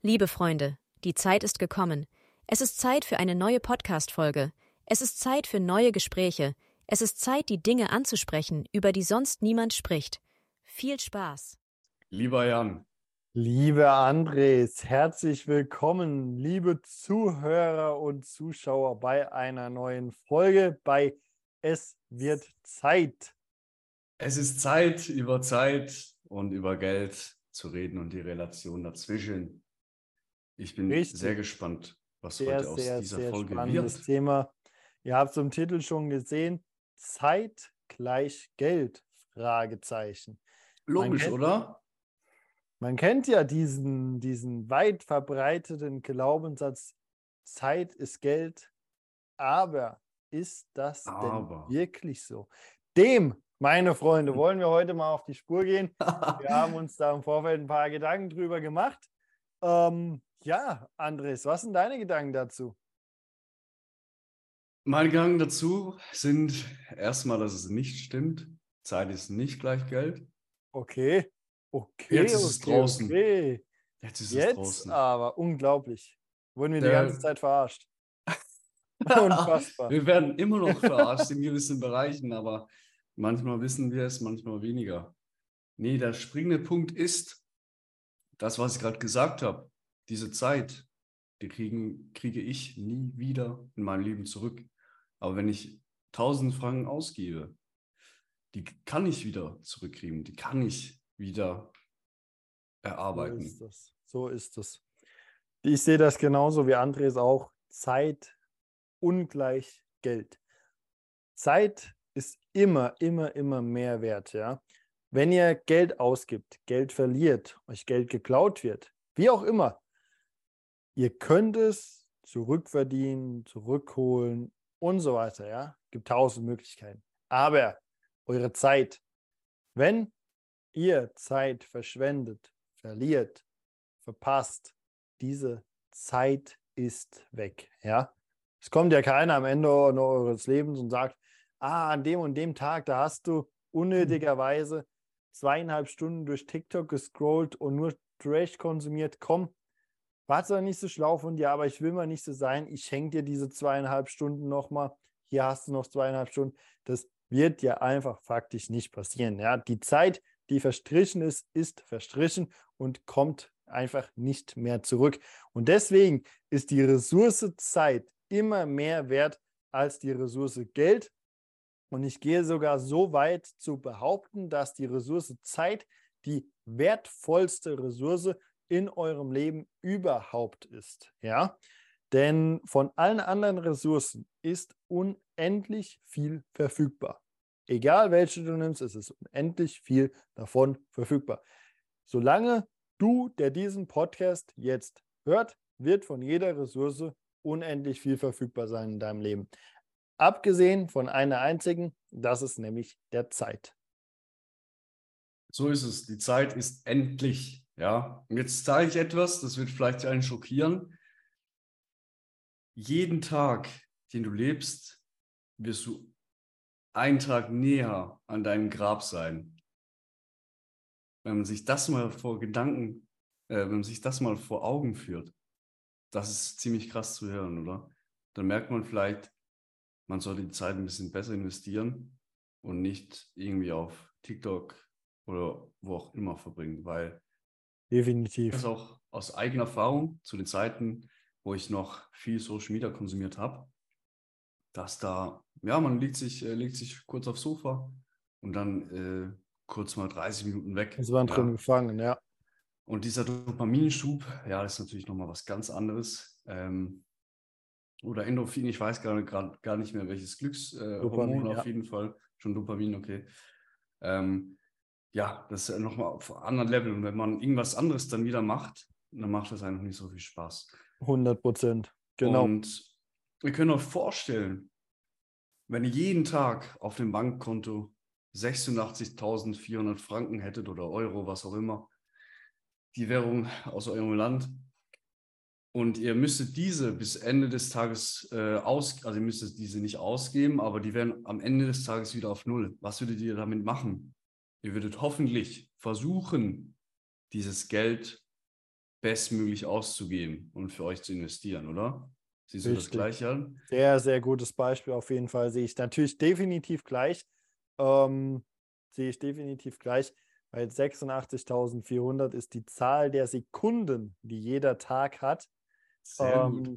Liebe Freunde, die Zeit ist gekommen. Es ist Zeit für eine neue Podcast-Folge. Es ist Zeit für neue Gespräche. Es ist Zeit, die Dinge anzusprechen, über die sonst niemand spricht. Viel Spaß. Lieber Jan. Liebe Andres, herzlich willkommen, liebe Zuhörer und Zuschauer bei einer neuen Folge bei Es wird Zeit. Es ist Zeit, über Zeit und über Geld zu reden und die Relation dazwischen. Ich bin Richtig. sehr gespannt, was Sehr, heute aus sehr, dieser sehr Folge spannendes wird. Thema. Ihr habt es im Titel schon gesehen, Zeit gleich Geld, Fragezeichen. Logisch, oder? Man kennt ja diesen weit verbreiteten Glaubenssatz, Zeit ist Geld, aber ist das denn wirklich so? Dem, meine Freunde, wollen wir heute mal auf die Spur gehen. Wir haben uns da im Vorfeld ein paar Gedanken drüber gemacht. Ja, Andres, was sind deine Gedanken dazu? Meine Gedanken dazu sind erstmal, dass es nicht stimmt. Zeit ist nicht gleich Geld. Okay. Jetzt ist es draußen. Okay. Jetzt ist es Jetzt draußen. aber, unglaublich. Wurden wir die ganze Zeit verarscht. Unfassbar. Wir werden immer noch verarscht in gewissen Bereichen, aber manchmal wissen wir es, manchmal weniger. Nee, der springende Punkt ist, das, was ich gerade gesagt habe, diese Zeit, die kriege ich nie wieder in meinem Leben zurück. Aber wenn ich 1000 Franken ausgebe, die kann ich wieder zurückkriegen, die kann ich wieder erarbeiten. So ist es. Ich sehe das genauso wie Andres auch. Zeit ungleich Geld. Zeit ist immer mehr wert, ja. Wenn ihr Geld ausgibt, Geld verliert, euch Geld geklaut wird, wie auch immer, ihr könnt es zurückverdienen, zurückholen und so weiter, ja. Gibt 1000 Möglichkeiten. Aber eure Zeit, wenn ihr Zeit verschwendet, verliert, verpasst, diese Zeit ist weg, ja. Es kommt ja keiner am Ende eures Lebens und sagt, an dem und dem Tag, da hast du unnötigerweise 2,5 Stunden durch TikTok gescrollt und nur Trash konsumiert. Komm, war zwar nicht so schlau von dir, aber ich will mal nicht so sein. Ich schenke dir diese 2,5 Stunden nochmal. Hier hast du noch 2,5 Stunden. Das wird ja einfach faktisch nicht passieren. Ja? Die Zeit, die verstrichen ist, ist verstrichen und kommt einfach nicht mehr zurück. Und deswegen ist die Ressource Zeit immer mehr wert als die Ressource Geld. Und ich gehe sogar so weit zu behaupten, dass die Ressource Zeit die wertvollste Ressource in eurem Leben überhaupt ist. Ja? Denn von allen anderen Ressourcen ist unendlich viel verfügbar. Egal welche du nimmst, es ist unendlich viel davon verfügbar. Solange du, der diesen Podcast jetzt hört, wird von jeder Ressource unendlich viel verfügbar sein in deinem Leben. Abgesehen von einer einzigen, das ist nämlich der Zeit. So ist es. Die Zeit ist endlich. Ja, und jetzt sage ich etwas, das wird vielleicht einen schockieren. Jeden Tag, den du lebst, wirst du einen Tag näher an deinem Grab sein. Wenn man sich das mal wenn man sich das mal vor Augen führt, das ist ziemlich krass zu hören, oder? Dann merkt man vielleicht, man sollte die Zeit ein bisschen besser investieren und nicht irgendwie auf TikTok oder wo auch immer verbringen, weil definitiv. Das ist auch aus eigener Erfahrung zu den Zeiten, wo ich noch viel Social Media konsumiert habe, dass da, ja, man legt sich kurz aufs Sofa und dann kurz mal 30 Minuten weg. Ist man drin gefangen, ja. Und dieser Dopaminschub, ja, das ist natürlich nochmal was ganz anderes. Oder Endorphin, ich weiß gar nicht mehr, welches Glückshormon auf jeden Fall. Schon Dopamin, okay. Ja, das ist nochmal auf einem anderen Level. Und wenn man irgendwas anderes dann wieder macht, dann macht das einfach nicht so viel Spaß. 100%, genau. Und wir können euch vorstellen, wenn ihr jeden Tag auf dem Bankkonto 86.400 Franken hättet oder Euro, was auch immer, die Währung aus eurem Land, und ihr müsstet diese bis Ende des Tages also ihr müsstet diese nicht ausgeben, aber die wären am Ende des Tages wieder auf Null. Was würdet ihr damit machen? Ihr würdet hoffentlich versuchen, dieses Geld bestmöglich auszugeben und für euch zu investieren, oder? Siehst du das Richtig. gleich an? Sehr, sehr gutes Beispiel auf jeden Fall. Sehe ich natürlich definitiv gleich. Sehe ich definitiv gleich, weil 86.400 ist die Zahl der Sekunden, die jeder Tag hat. Sehr gut.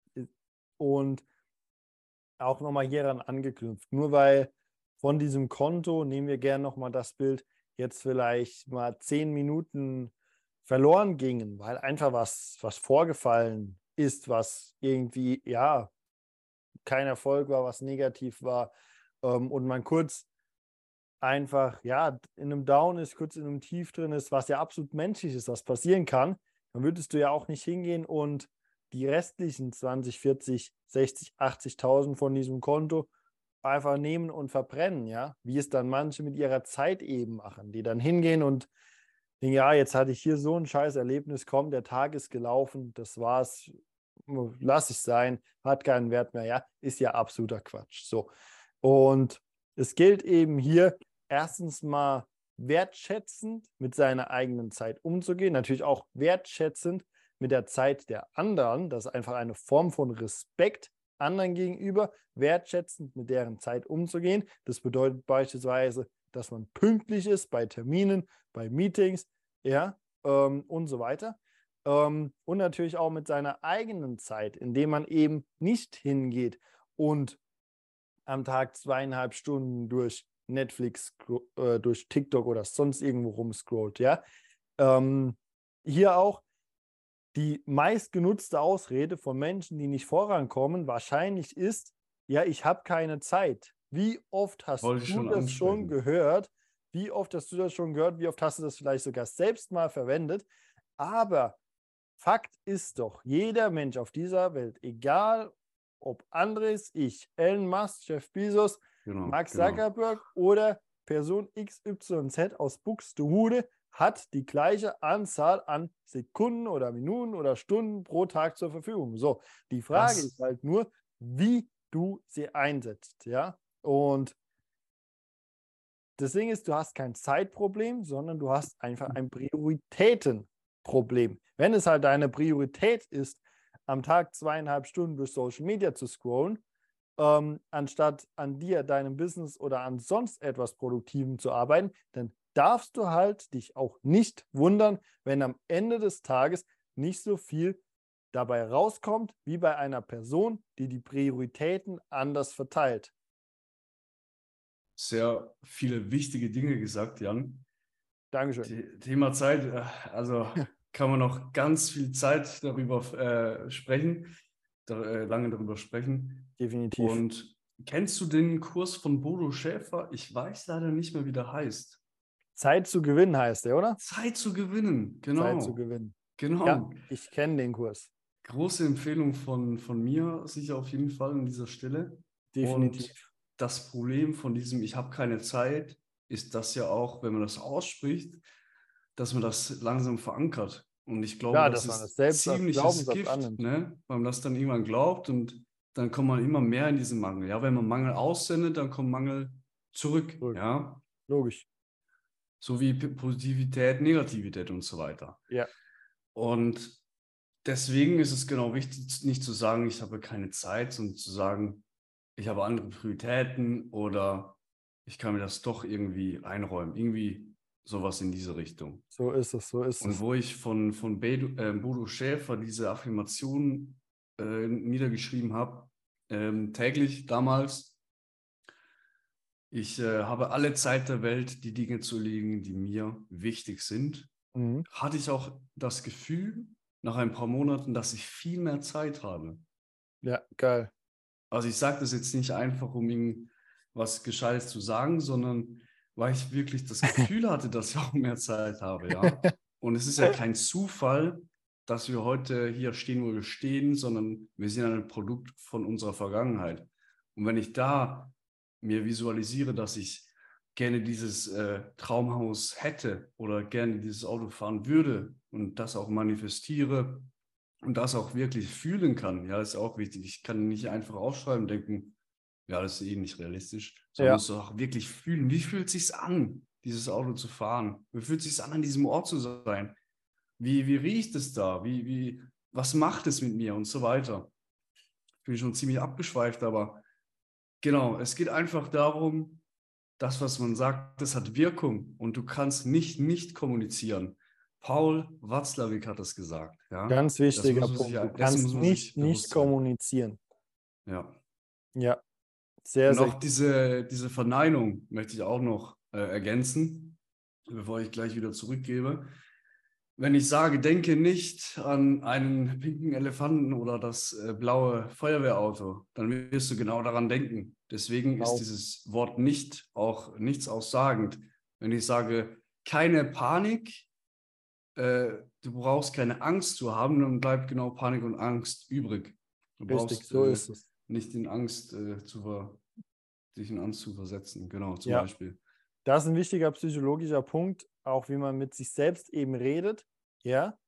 Und auch nochmal hieran angeknüpft. Nur weil von diesem Konto, nehmen wir gerne nochmal das Bild, jetzt vielleicht mal 10 Minuten verloren gingen, weil einfach was vorgefallen ist, was irgendwie, ja, kein Erfolg war, was negativ war, und man kurz einfach, ja, in einem Down ist, kurz in einem Tief drin ist, was ja absolut menschlich ist, was passieren kann, dann würdest du ja auch nicht hingehen und die restlichen 20, 40, 60, 80.000 von diesem Konto einfach nehmen und verbrennen, ja, wie es dann manche mit ihrer Zeit eben machen, die dann hingehen und denken, ja, jetzt hatte ich hier so ein scheiß Erlebnis, komm, der Tag ist gelaufen, das war's, lass ich sein, hat keinen Wert mehr, ja, ist ja absoluter Quatsch. So. Und es gilt eben hier erstens mal wertschätzend mit seiner eigenen Zeit umzugehen, natürlich auch wertschätzend mit der Zeit der anderen, das ist einfach eine Form von Respekt anderen gegenüber, wertschätzend mit deren Zeit umzugehen. Das bedeutet beispielsweise, dass man pünktlich ist bei Terminen, bei Meetings, ja, und so weiter. Und natürlich auch mit seiner eigenen Zeit, indem man eben nicht hingeht und am Tag 2,5 Stunden durch Netflix, durch TikTok oder sonst irgendwo rumscrollt, ja. Hier auch die meistgenutzte Ausrede von Menschen, die nicht vorankommen, wahrscheinlich ist, ja, ich habe keine Zeit. Wie oft hast Wollte ich du schon das schon ansprechen. gehört? Wie oft hast du das schon gehört? Wie oft hast du das vielleicht sogar selbst mal verwendet? Aber Fakt ist doch, jeder Mensch auf dieser Welt, egal ob Andres, ich, Elon Musk, Jeff Bezos, Genau, Mark genau. Zuckerberg oder Person XYZ aus Buxtehude, hat die gleiche Anzahl an Sekunden oder Minuten oder Stunden pro Tag zur Verfügung. So, die Frage ist Das, halt nur, wie du sie einsetzt, ja? Und das Ding ist, du hast kein Zeitproblem, sondern du hast einfach ein Prioritätenproblem. Wenn es halt deine Priorität ist, am Tag 2,5 Stunden durch Social Media zu scrollen, anstatt an dir, deinem Business oder an sonst etwas Produktivem zu arbeiten, dann darfst du halt dich auch nicht wundern, wenn am Ende des Tages nicht so viel dabei rauskommt, wie bei einer Person, die die Prioritäten anders verteilt. sehr viele wichtige Dinge gesagt, Jan. Dankeschön. Thema Zeit, also kann man noch ganz viel Zeit darüber sprechen, lange darüber sprechen. Definitiv. Und kennst du den Kurs von Bodo Schäfer? Ich weiß leider nicht mehr, wie der heißt. Zeit zu gewinnen heißt der, oder? Zeit zu gewinnen, Zeit zu genau. gewinnen. Ja, Genau. ich kenne den Kurs. Große Empfehlung von mir, sicher auf jeden Fall an dieser Stelle. Und Definitiv. das Problem von diesem Ich habe keine Zeit ist das ja auch, wenn man das ausspricht, dass man das langsam verankert. Und ich glaube, Ja, das dass man das ist selbst als ziemliches Glaubenssatz Gift, annimmt. ne? Weil man das dann irgendwann glaubt und dann kommt man immer mehr in diesen Mangel. Ja, wenn man Mangel aussendet, dann kommt Mangel zurück. Zurück. Ja, Logisch. so wie Positivität, Negativität und so weiter. Ja. Und deswegen ist es genau wichtig, nicht zu sagen, ich habe keine Zeit, sondern zu sagen, ich habe andere Prioritäten oder ich kann mir das doch irgendwie einräumen. Irgendwie sowas in diese Richtung. So ist es, so ist Und es. wo ich von Bodo Schäfer diese Affirmation niedergeschrieben habe, täglich damals, ich habe alle Zeit der Welt, die Dinge zu erledigen, die mir wichtig sind, Mhm. hatte ich auch das Gefühl, nach ein paar Monaten, dass ich viel mehr Zeit habe. Ja, geil. Also ich sage das jetzt nicht einfach, um ihm was Gescheites zu sagen, sondern weil ich wirklich das Gefühl hatte, dass ich auch mehr Zeit habe, ja. Und es ist ja kein Zufall, dass wir heute hier stehen, wo wir stehen, sondern wir sind ein Produkt von unserer Vergangenheit. Und wenn ich da mir visualisiere, dass ich gerne dieses Traumhaus hätte oder gerne dieses Auto fahren würde und das auch manifestiere, und das auch wirklich fühlen kann, ja, das ist auch wichtig. Ich kann nicht einfach aufschreiben und denken, ja, das ist eh nicht realistisch, sondern Ja, musst du auch wirklich fühlen. Wie fühlt es sich an, dieses Auto zu fahren? Wie fühlt es sich an diesem Ort zu sein? Wie riecht es da? Was macht es mit mir und so weiter? Ich bin schon ziemlich abgeschweift, aber genau, es geht einfach darum, das, was man sagt, das hat Wirkung und du kannst nicht kommunizieren. Paul Watzlawick hat das gesagt. Ja? Ganz wichtiger Punkt. Du Dessen kannst muss man sich nicht bewusst sein. kommunizieren. Ja. Ja, sehr, Und sehr auch diese Verneinung möchte ich auch noch ergänzen, bevor ich gleich wieder zurückgebe. Wenn ich sage, denke nicht an einen pinken Elefanten oder das blaue Feuerwehrauto, dann wirst du genau daran denken. Deswegen ist genau. dieses Wort nicht auch nichts aussagend. Wenn ich sage, keine Panik, du brauchst keine Angst zu haben, dann bleibt genau Panik und Angst übrig. Du Richtig, brauchst so ist es. nicht in Angst dich in Angst zu versetzen. Genau, zum Ja. Beispiel. Das ist ein wichtiger psychologischer Punkt, auch wie man mit sich selbst eben redet. Ja,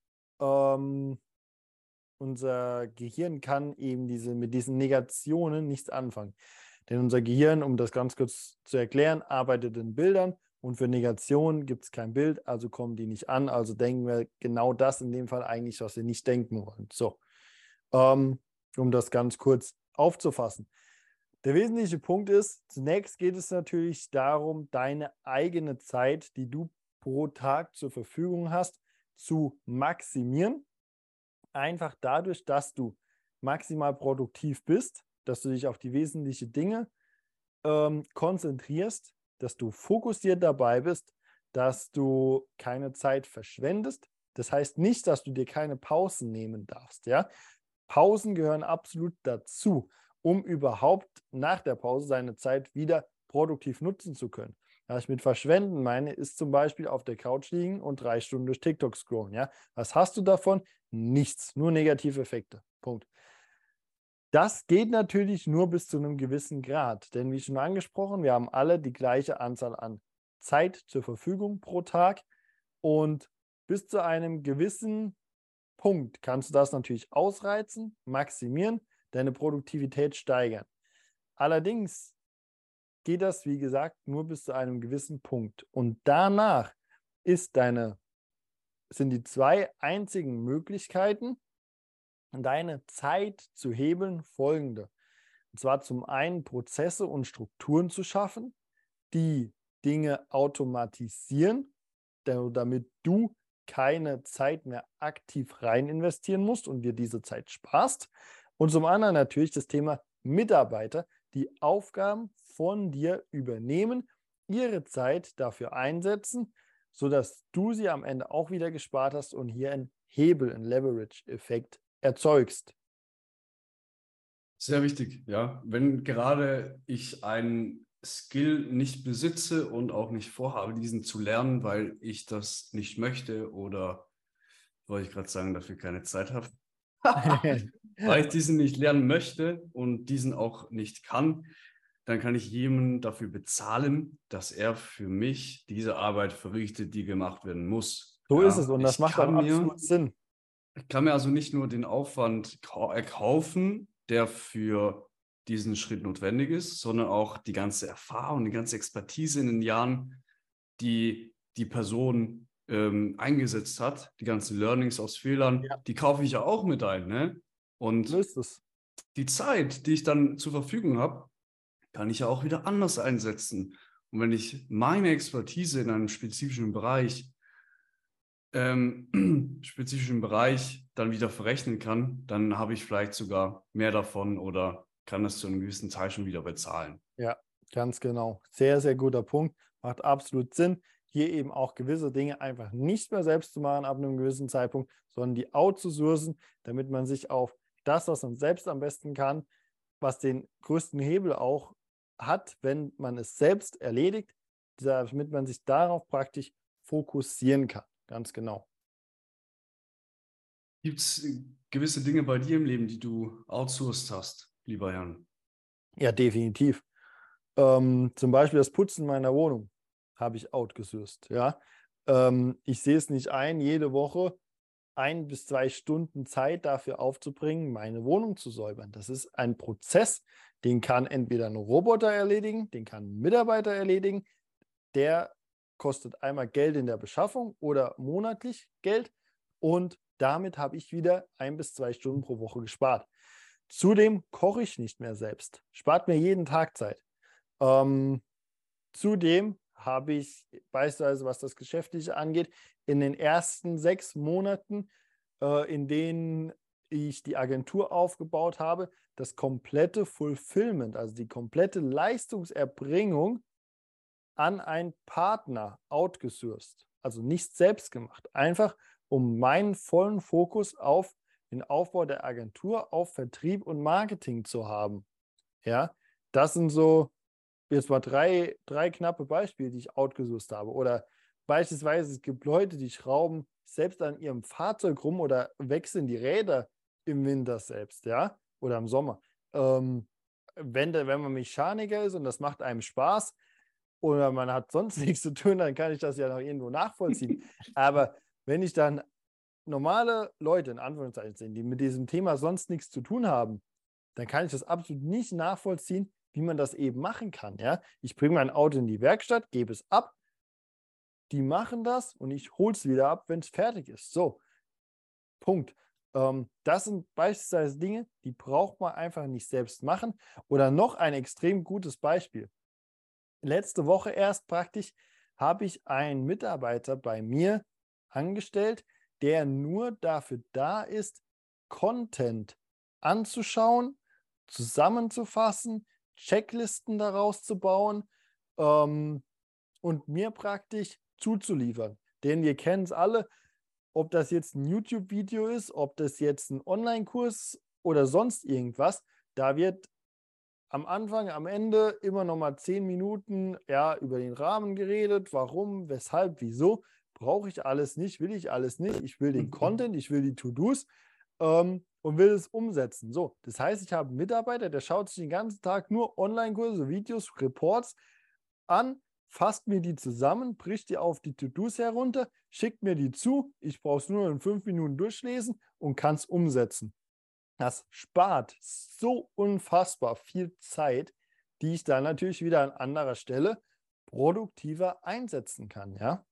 unser Gehirn kann eben mit diesen Negationen nichts anfangen. Denn unser Gehirn, um das ganz kurz zu erklären, arbeitet in Bildern und für Negationen gibt es kein Bild, also kommen die nicht an. Also denken wir genau das in dem Fall eigentlich, was wir nicht denken wollen. So, um das ganz kurz aufzufassen. Der wesentliche Punkt ist, zunächst geht es natürlich darum, deine eigene Zeit, die du pro Tag zur Verfügung hast, zu maximieren. Einfach dadurch, dass du maximal produktiv bist, dass du dich auf die wesentlichen Dinge konzentrierst, dass du fokussiert dabei bist, dass du keine Zeit verschwendest. Das heißt nicht, dass du dir keine Pausen nehmen darfst. Ja? Pausen gehören absolut dazu, um überhaupt nach der Pause seine Zeit wieder produktiv nutzen zu können. Was ich mit verschwenden meine, ist zum Beispiel auf der Couch liegen und 3 Stunden durch TikTok scrollen. Ja? Was hast du davon? Nichts, nur negative Effekte. Punkt. Das geht natürlich nur bis zu einem gewissen Grad, denn wie schon angesprochen, wir haben alle die gleiche Anzahl an Zeit zur Verfügung pro Tag und bis zu einem gewissen Punkt kannst du das natürlich ausreizen, maximieren, deine Produktivität steigern. Allerdings geht das, wie gesagt, nur bis zu einem gewissen Punkt und danach sind die 2 einzigen Möglichkeiten, deine Zeit zu hebeln, folgende. Und zwar zum einen Prozesse und Strukturen zu schaffen, die Dinge automatisieren, damit du keine Zeit mehr aktiv rein investieren musst und dir diese Zeit sparst. Und zum anderen natürlich das Thema Mitarbeiter, die Aufgaben von dir übernehmen, ihre Zeit dafür einsetzen, sodass du sie am Ende auch wieder gespart hast und hier einen Hebel, einen Leverage-Effekt erzeugst. Sehr wichtig, ja. Wenn gerade ich einen Skill nicht besitze und auch nicht vorhabe, diesen zu lernen, weil ich das nicht möchte oder, wollte ich gerade sagen, dafür keine Zeit habe, weil ich diesen nicht lernen möchte und diesen auch nicht kann, dann kann ich jemanden dafür bezahlen, dass er für mich diese Arbeit verrichtet, die gemacht werden muss. So ist es Ja, und das macht auch absolut Sinn. ich kann mir also nicht nur den Aufwand erkaufen, der für diesen Schritt notwendig ist, sondern auch die ganze Erfahrung, die ganze Expertise in den Jahren, die die Person eingesetzt hat, die ganzen Learnings aus Fehlern, Ja, die kaufe ich ja auch mit ein. Ne? so Und ist es. die Zeit, die ich dann zur Verfügung habe, kann ich ja auch wieder anders einsetzen. Und wenn ich meine Expertise in einem spezifischen Bereich dann wieder verrechnen kann, dann habe ich vielleicht sogar mehr davon oder kann das zu einem gewissen Teil schon wieder bezahlen. Ja, ganz genau. Sehr, sehr guter Punkt. Macht absolut Sinn, hier eben auch gewisse Dinge einfach nicht mehr selbst zu machen ab einem gewissen Zeitpunkt, sondern die outzusourcen, damit man sich auf das, was man selbst am besten kann, was den größten Hebel auch hat, wenn man es selbst erledigt, damit man sich darauf praktisch fokussieren kann. Ganz genau. Gibt es gewisse Dinge bei dir im Leben, die du outsourced hast, lieber Jan? Ja, definitiv. Zum Beispiel das Putzen meiner Wohnung habe ich outgesourced. Ja? Ich sehe es nicht ein, jede Woche 1 bis 2 Stunden Zeit dafür aufzubringen, meine Wohnung zu säubern. Das ist ein Prozess, den kann entweder ein Roboter erledigen, den kann ein Mitarbeiter erledigen. Der kostet einmal Geld in der Beschaffung oder monatlich Geld Und damit habe ich wieder 1 bis 2 Stunden pro Woche gespart. Zudem koche ich nicht mehr selbst. Spart mir jeden Tag Zeit. Zudem habe ich beispielsweise, was das Geschäftliche angeht, in den ersten 6 Monaten, in denen ich die Agentur aufgebaut habe, das komplette Fulfillment, also die komplette Leistungserbringung an einen Partner outgesourced. Also nicht selbst gemacht. Einfach um meinen vollen Fokus auf den Aufbau der Agentur, auf Vertrieb und Marketing zu haben. Ja, das sind so jetzt mal drei knappe Beispiele, die ich outgesourced habe. Oder beispielsweise, es gibt Leute, die schrauben selbst an ihrem Fahrzeug rum oder wechseln die Räder im Winter selbst, ja, oder im Sommer. Wenn man Mechaniker ist und das macht einem Spaß oder man hat sonst nichts zu tun, dann kann ich das ja noch irgendwo nachvollziehen. Aber wenn ich dann normale Leute in Anführungszeichen sehe, die mit diesem Thema sonst nichts zu tun haben, dann kann ich das absolut nicht nachvollziehen, wie man das eben machen kann. Ja? Ich bringe mein Auto in die Werkstatt, gebe es ab, die machen das und ich hole es wieder ab, wenn es fertig ist. So, Punkt. Das sind beispielsweise Dinge, die braucht man einfach nicht selbst machen. Oder noch ein extrem gutes Beispiel. Letzte Woche erst praktisch habe ich einen Mitarbeiter bei mir angestellt, der nur dafür da ist, Content anzuschauen, zusammenzufassen, Checklisten daraus zu bauen und mir praktisch zuzuliefern. Denn wir kennen es alle, ob das jetzt ein YouTube-Video ist, ob das jetzt ein Online-Kurs oder sonst irgendwas, da wird am Anfang, am Ende immer noch mal 10 Minuten über den Rahmen geredet, warum, weshalb, wieso. Brauche ich alles nicht, will ich alles nicht. Ich will den Content, ich will die To-Dos und will es umsetzen. So, das heißt, ich habe einen Mitarbeiter, der schaut sich den ganzen Tag nur Online-Kurse, Videos, Reports an, fasst mir die zusammen, bricht die auf die To-Dos herunter, schickt mir die zu. Ich brauche es nur in 5 Minuten durchlesen und kann es umsetzen. Das spart so unfassbar viel Zeit, die ich dann natürlich wieder an anderer Stelle produktiver einsetzen kann, ja.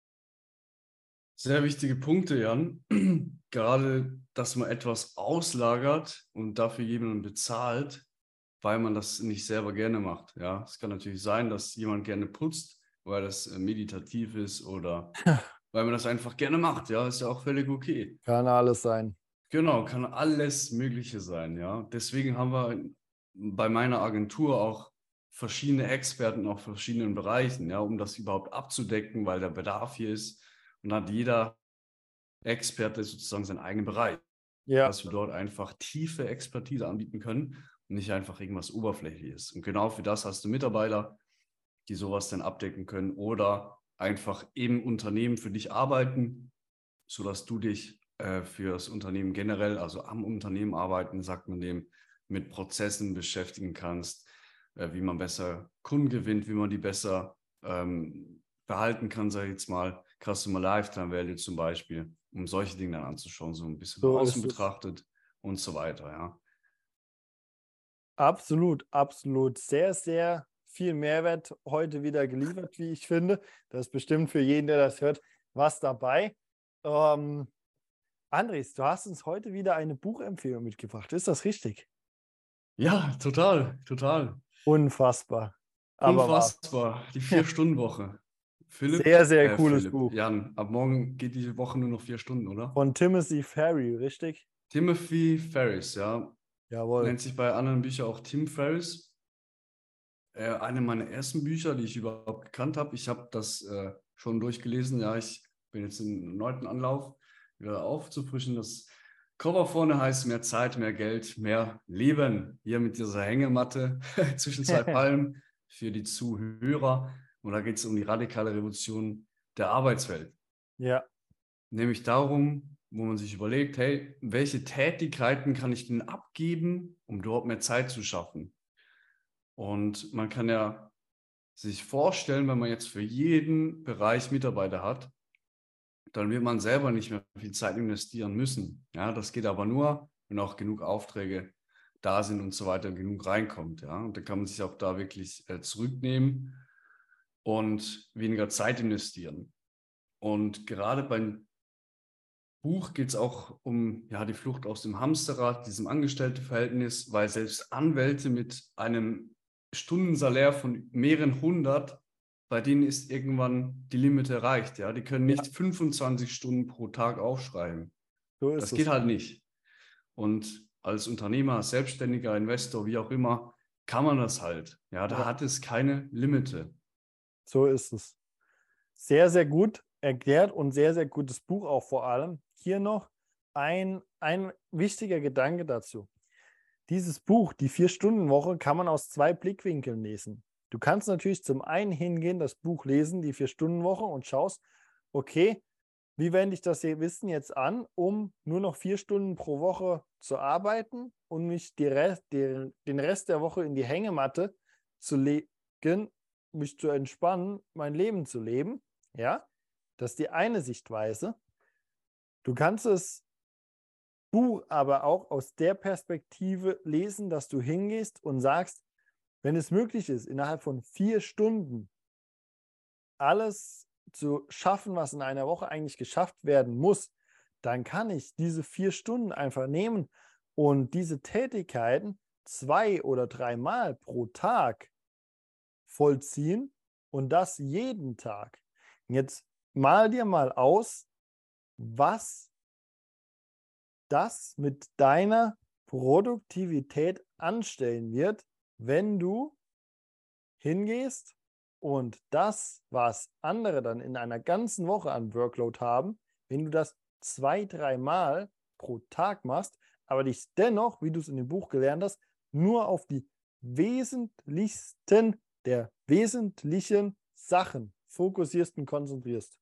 Sehr wichtige Punkte, Jan. Gerade, dass man etwas auslagert und dafür jemanden bezahlt, weil man das nicht selber gerne macht. Ja, es kann natürlich sein, dass jemand gerne putzt, weil das meditativ ist oder weil man das einfach gerne macht. Ja, ist ja auch völlig okay. Kann alles sein. Genau, kann alles Mögliche sein. Ja, deswegen haben wir bei meiner Agentur auch verschiedene Experten auf verschiedenen Bereichen, ja, um das überhaupt abzudecken, weil der Bedarf hier ist. Und dann hat jeder Experte sozusagen seinen eigenen Bereich, Ja, dass wir dort einfach tiefe Expertise anbieten können und nicht einfach irgendwas Oberflächliches. Und genau für das hast du Mitarbeiter, die sowas dann abdecken können oder einfach im Unternehmen für dich arbeiten, sodass du dich für das Unternehmen generell, also am Unternehmen arbeiten, sagt man dem, mit Prozessen beschäftigen kannst, wie man besser Kunden gewinnt, wie man die besser behalten kann, sage ich jetzt mal, Customer Lifetime Value zum Beispiel, um solche Dinge dann anzuschauen, so ein bisschen von so außen ist es. betrachtet und so weiter, ja. Absolut, absolut. Sehr, sehr viel Mehrwert heute wieder geliefert, wie ich finde. Das ist bestimmt für jeden, der das hört, was dabei. Andres, du hast uns heute wieder eine Buchempfehlung mitgebracht. Ist das richtig? Ja, total, total. Unfassbar. Aber wahr. Unfassbar, die 4-Stunden-Woche. Sehr, sehr cooles Buch. Jan, ab morgen geht die Woche nur noch 4 Stunden, oder? Von Timothy Ferry, richtig? Timothy Ferriss, ja. Jawohl. Nennt sich bei anderen Büchern auch Tim Ferriss. Eine meiner ersten Bücher, die ich überhaupt gekannt habe. Ich habe das schon durchgelesen. Ja, ich bin jetzt im 9. Anlauf, wieder aufzufrischen. Das Cover vorne heißt mehr Zeit, mehr Geld, mehr Leben. Hier mit dieser Hängematte zwischen 2 Palmen für die Zuhörer. Und da geht es um die radikale Revolution der Arbeitswelt. Ja, Nämlich darum, wo man sich überlegt, hey, welche Tätigkeiten kann ich denn abgeben, um dort mehr Zeit zu schaffen? Und man kann ja sich vorstellen, wenn man jetzt für jeden Bereich Mitarbeiter hat, dann wird man selber nicht mehr viel Zeit investieren müssen. Ja, das geht aber nur, wenn auch genug Aufträge da sind und so weiter, genug reinkommt. Ja, und dann kann man sich auch da wirklich zurücknehmen und weniger Zeit investieren. Und gerade Buch geht es auch um die Flucht aus dem Hamsterrad, diesem Angestelltenverhältnis, weil selbst Anwälte mit einem Stundensalär von mehreren hundert, bei denen ist irgendwann die Limite erreicht. Ja? Die können Ja, nicht 25 Stunden pro Tag aufschreiben. so ist Das geht es. halt nicht. Und als Unternehmer, Selbstständiger, Investor, wie auch immer, kann man das halt. Ja, da Ja, hat es keine Limite. so ist es. Sehr, sehr gut erklärt und sehr, sehr gutes Buch auch vor allem. Hier noch ein wichtiger Gedanke dazu. Dieses Buch, die 4-Stunden-Woche, kann man aus 2 Blickwinkeln lesen. Du kannst natürlich zum einen hingehen, das Buch lesen, die 4-Stunden-Woche, und schaust, okay, wie wende ich das hier Wissen jetzt an, um nur noch 4 Stunden pro Woche zu arbeiten und mich den Rest der Woche in die Hängematte zu legen, mich zu entspannen, mein Leben zu leben. Ja, das ist die eine Sichtweise. Du kannst das Buch aber auch aus der Perspektive lesen, dass du hingehst und sagst, wenn es möglich ist, innerhalb von 4 Stunden alles zu schaffen, was in einer Woche eigentlich geschafft werden muss, dann kann ich diese 4 Stunden einfach nehmen und diese Tätigkeiten 2 oder 3 Mal pro Tag vollziehen und das jeden Tag. Jetzt mal dir mal aus, was das mit deiner Produktivität anstellen wird, wenn du hingehst und das, was andere dann in einer ganzen Woche an Workload haben, wenn du das 2, 3 Mal pro Tag machst, aber dich dennoch, wie du es in dem Buch gelernt hast, nur auf die wesentlichsten der wesentlichen Sachen fokussierst und konzentrierst.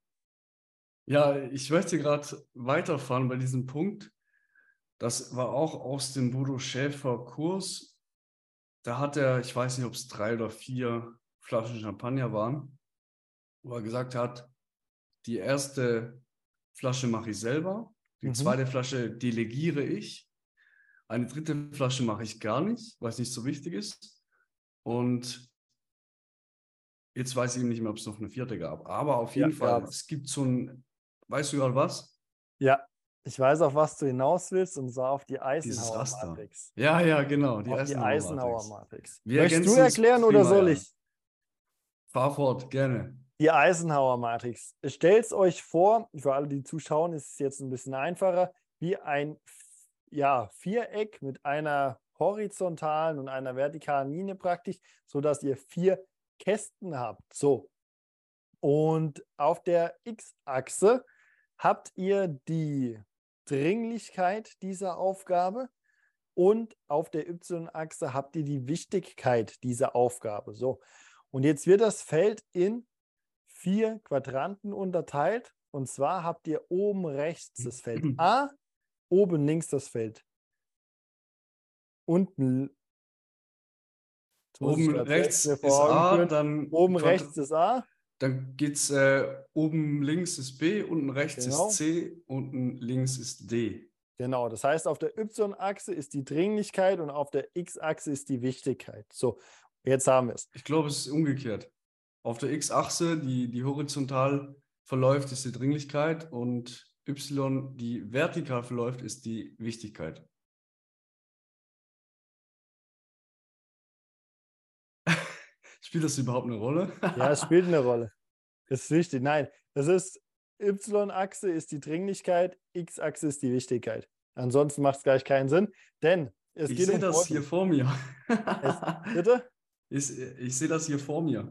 Ja, ich möchte gerade weiterfahren bei diesem Punkt. Das war auch aus dem Bodo Schäfer Kurs. Da hat er, ich weiß nicht, ob es 3 oder 4 Flaschen Champagner waren, wo er gesagt hat, die erste Flasche mache ich selber, die Mhm. zweite Flasche delegiere ich, eine dritte Flasche mache ich gar nicht, weil es nicht so wichtig ist. Und jetzt weiß ich nicht mehr, ob es noch eine vierte gab. Aber auf Ja, jeden Fall, gab es. es gibt so ein, weißt du gerade was? Ja, ich weiß, auf was du hinaus willst, und zwar auf die Dieses Raster. Eisenhower-Matrix. Ja, ja, genau, die Auf die Eisenhower-Matrix. Eisenhower-Matrix. Wir Möchtest du ergänzen uns erklären oder prima, soll ja. ich? Fahr fort, gerne. Die Eisenhower-Matrix. Stellt es euch vor, für alle, die zuschauen, ist es jetzt ein bisschen einfacher, wie ein Viereck mit einer horizontalen und einer vertikalen Linie praktisch, sodass ihr 4 Kästen habt. So. Und auf der X-Achse habt ihr die Dringlichkeit dieser Aufgabe und auf der Y-Achse habt ihr die Wichtigkeit dieser Aufgabe. So. Und jetzt wird das Feld in 4 Quadranten unterteilt. Und zwar habt ihr oben rechts das Feld A, oben links das Feld unten. Jetzt muss ich Oben gerade selbst rechts mir ist vor Augen A, führen. dann, Oben rechts das A, dann geht es oben links ist B, unten rechts ist genau. C, unten links ist D. Genau, das heißt, auf der Y-Achse ist die Dringlichkeit und auf der X-Achse ist die Wichtigkeit. So, jetzt haben wir es. Ich glaube, es ist umgekehrt. Auf der X-Achse, die horizontal verläuft, ist die Dringlichkeit und Y, die vertikal verläuft, ist die Wichtigkeit. Spielt das überhaupt eine Rolle? Ja, es spielt eine Rolle. Das ist wichtig. Nein, das ist Y-Achse ist die Dringlichkeit, X-Achse ist die Wichtigkeit. Ansonsten macht es gleich keinen Sinn, denn es Ich geht sehe um das hier Folgendes. vor mir. Bitte? Ich sehe das hier vor mir.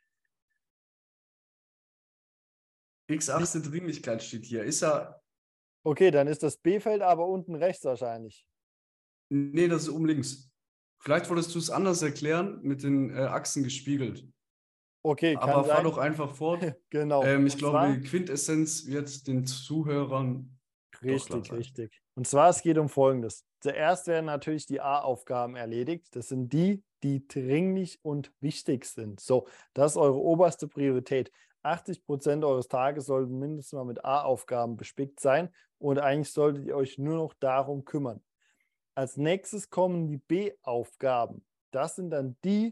X-Achse Dringlichkeit steht hier. Ist ja. Okay, dann ist das B-Feld aber unten rechts wahrscheinlich. Nee, das ist oben links. Vielleicht wolltest du es anders erklären, mit den Achsen gespiegelt. Okay, kann Aber fahr sein. doch einfach fort. Genau. Ich Und glaube, zwar, die Quintessenz wird den Zuhörern doch klar richtig, sein. richtig. Und zwar, es geht um Folgendes. Zuerst werden natürlich die A-Aufgaben erledigt. Das sind die, die dringlich und wichtig sind. So, das ist eure oberste Priorität. 80% eures Tages sollten mindestens mal mit A-Aufgaben bespickt sein und eigentlich solltet ihr euch nur noch darum kümmern. Als nächstes kommen die B-Aufgaben. Das sind dann die,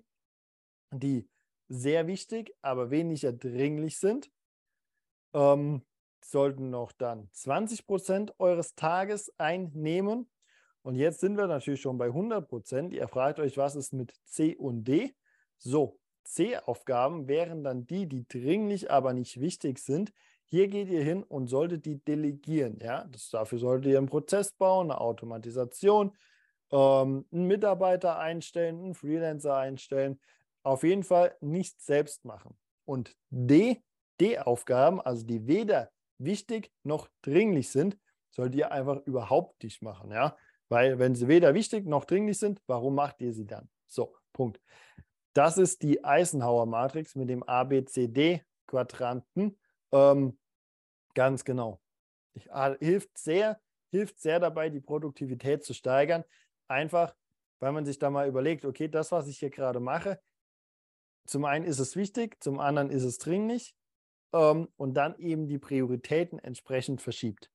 die sehr wichtig, aber weniger dringlich sind. sollten noch dann 20% eures Tages einnehmen. Und jetzt sind wir natürlich schon bei 100%. Ihr fragt euch, was ist mit C und D? So, C-Aufgaben wären dann die, die dringlich, aber nicht wichtig sind. Hier geht ihr hin und solltet die delegieren. Ja? Dafür solltet ihr einen Prozess bauen, eine Automatisation, einen Mitarbeiter einstellen, einen Freelancer einstellen. Auf jeden Fall nicht selbst machen. Und D-Aufgaben, also die weder wichtig noch dringlich sind, solltet ihr einfach überhaupt nicht machen. Ja? Weil wenn sie weder wichtig noch dringlich sind, warum macht ihr sie dann? So, Punkt. Das ist die Eisenhower-Matrix mit dem ABCD-Quadranten. Ganz genau. Hilft sehr dabei, die Produktivität zu steigern. Einfach, weil man sich da mal überlegt, okay, das, was ich hier gerade mache, zum einen ist es wichtig, zum anderen ist es dringlich und dann eben die Prioritäten entsprechend verschiebt.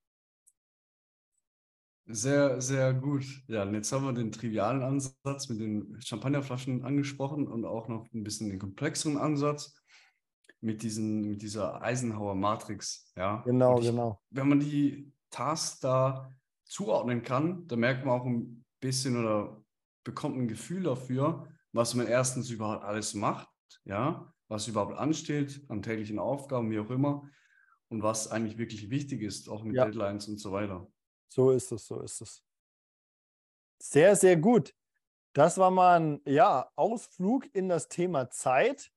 Sehr, sehr gut. Ja, und jetzt haben wir den trivialen Ansatz mit den Champagnerflaschen angesprochen und auch noch ein bisschen den komplexeren Ansatz mit dieser Eisenhower-Matrix. Ja? Genau, Und genau. wenn man die Tasks da zuordnen kann, dann merkt man auch ein bisschen oder bekommt ein Gefühl dafür, was man erstens überhaupt alles macht, ja, was überhaupt ansteht an täglichen Aufgaben, wie auch immer, und was eigentlich wirklich wichtig ist, auch mit Deadlines und so weiter. So ist es. Sehr, sehr gut. Das war mal ein Ausflug in das Thema Zeit.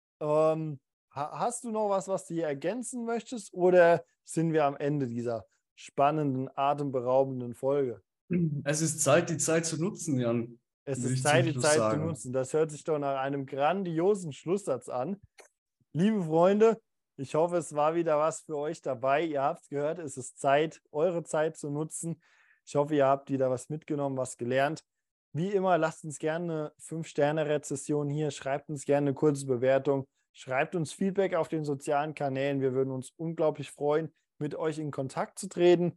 Hast du noch was du hier ergänzen möchtest, oder sind wir am Ende dieser spannenden, atemberaubenden Folge? Es ist Zeit, die Zeit zu nutzen, Jan. Es ist Zeit, die Zeit zu nutzen. Das hört sich doch nach einem grandiosen Schlusssatz an. Liebe Freunde, ich hoffe, es war wieder was für euch dabei. Ihr habt es gehört, es ist Zeit, eure Zeit zu nutzen. Ich hoffe, ihr habt wieder was mitgenommen, was gelernt. Wie immer, lasst uns gerne eine 5-Sterne-Rezession hier. Schreibt uns gerne eine kurze Bewertung. Schreibt uns Feedback auf den sozialen Kanälen. Wir würden uns unglaublich freuen, mit euch in Kontakt zu treten.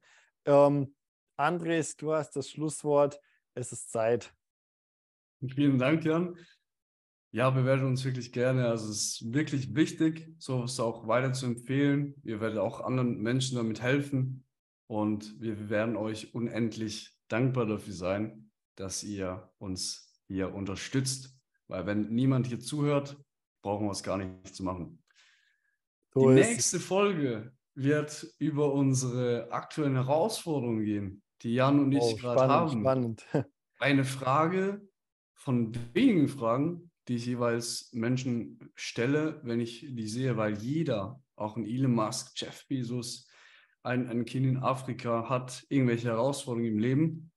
Andres, du hast das Schlusswort. Es ist Zeit. Vielen Dank, Jan. Ja, bewertet uns wirklich gerne. Also es ist wirklich wichtig, sowas auch weiter zu empfehlen. Ihr werdet auch anderen Menschen damit helfen. Und wir werden euch unendlich dankbar dafür sein, dass ihr uns hier unterstützt. Weil wenn niemand hier zuhört, brauchen wir es gar nicht zu machen. Die nächste Folge wird über unsere aktuellen Herausforderungen gehen, die Jan und ich gerade haben. Spannend. Eine Frage von wenigen Fragen, die ich jeweils Menschen stelle, wenn ich die sehe, weil jeder, auch ein Elon Musk, Jeff Bezos, ein Kind in Afrika hat irgendwelche Herausforderungen im Leben.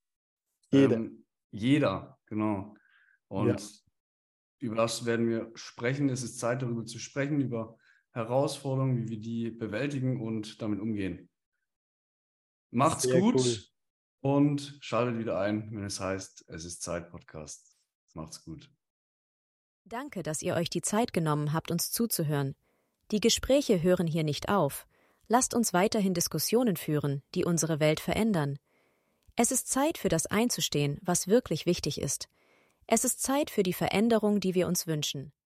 Jeder, genau. Und über das werden wir sprechen. Es ist Zeit, darüber zu sprechen, über Herausforderungen, wie wir die bewältigen und damit umgehen. Macht's Sehr gut cool. und schaltet wieder ein, wenn es heißt, es ist Zeit Podcast. Macht's gut. Danke, dass ihr euch die Zeit genommen habt, uns zuzuhören. Die Gespräche hören hier nicht auf. Lasst uns weiterhin Diskussionen führen, die unsere Welt verändern. Es ist Zeit, für das einzustehen, was wirklich wichtig ist. Es ist Zeit für die Veränderung, die wir uns wünschen.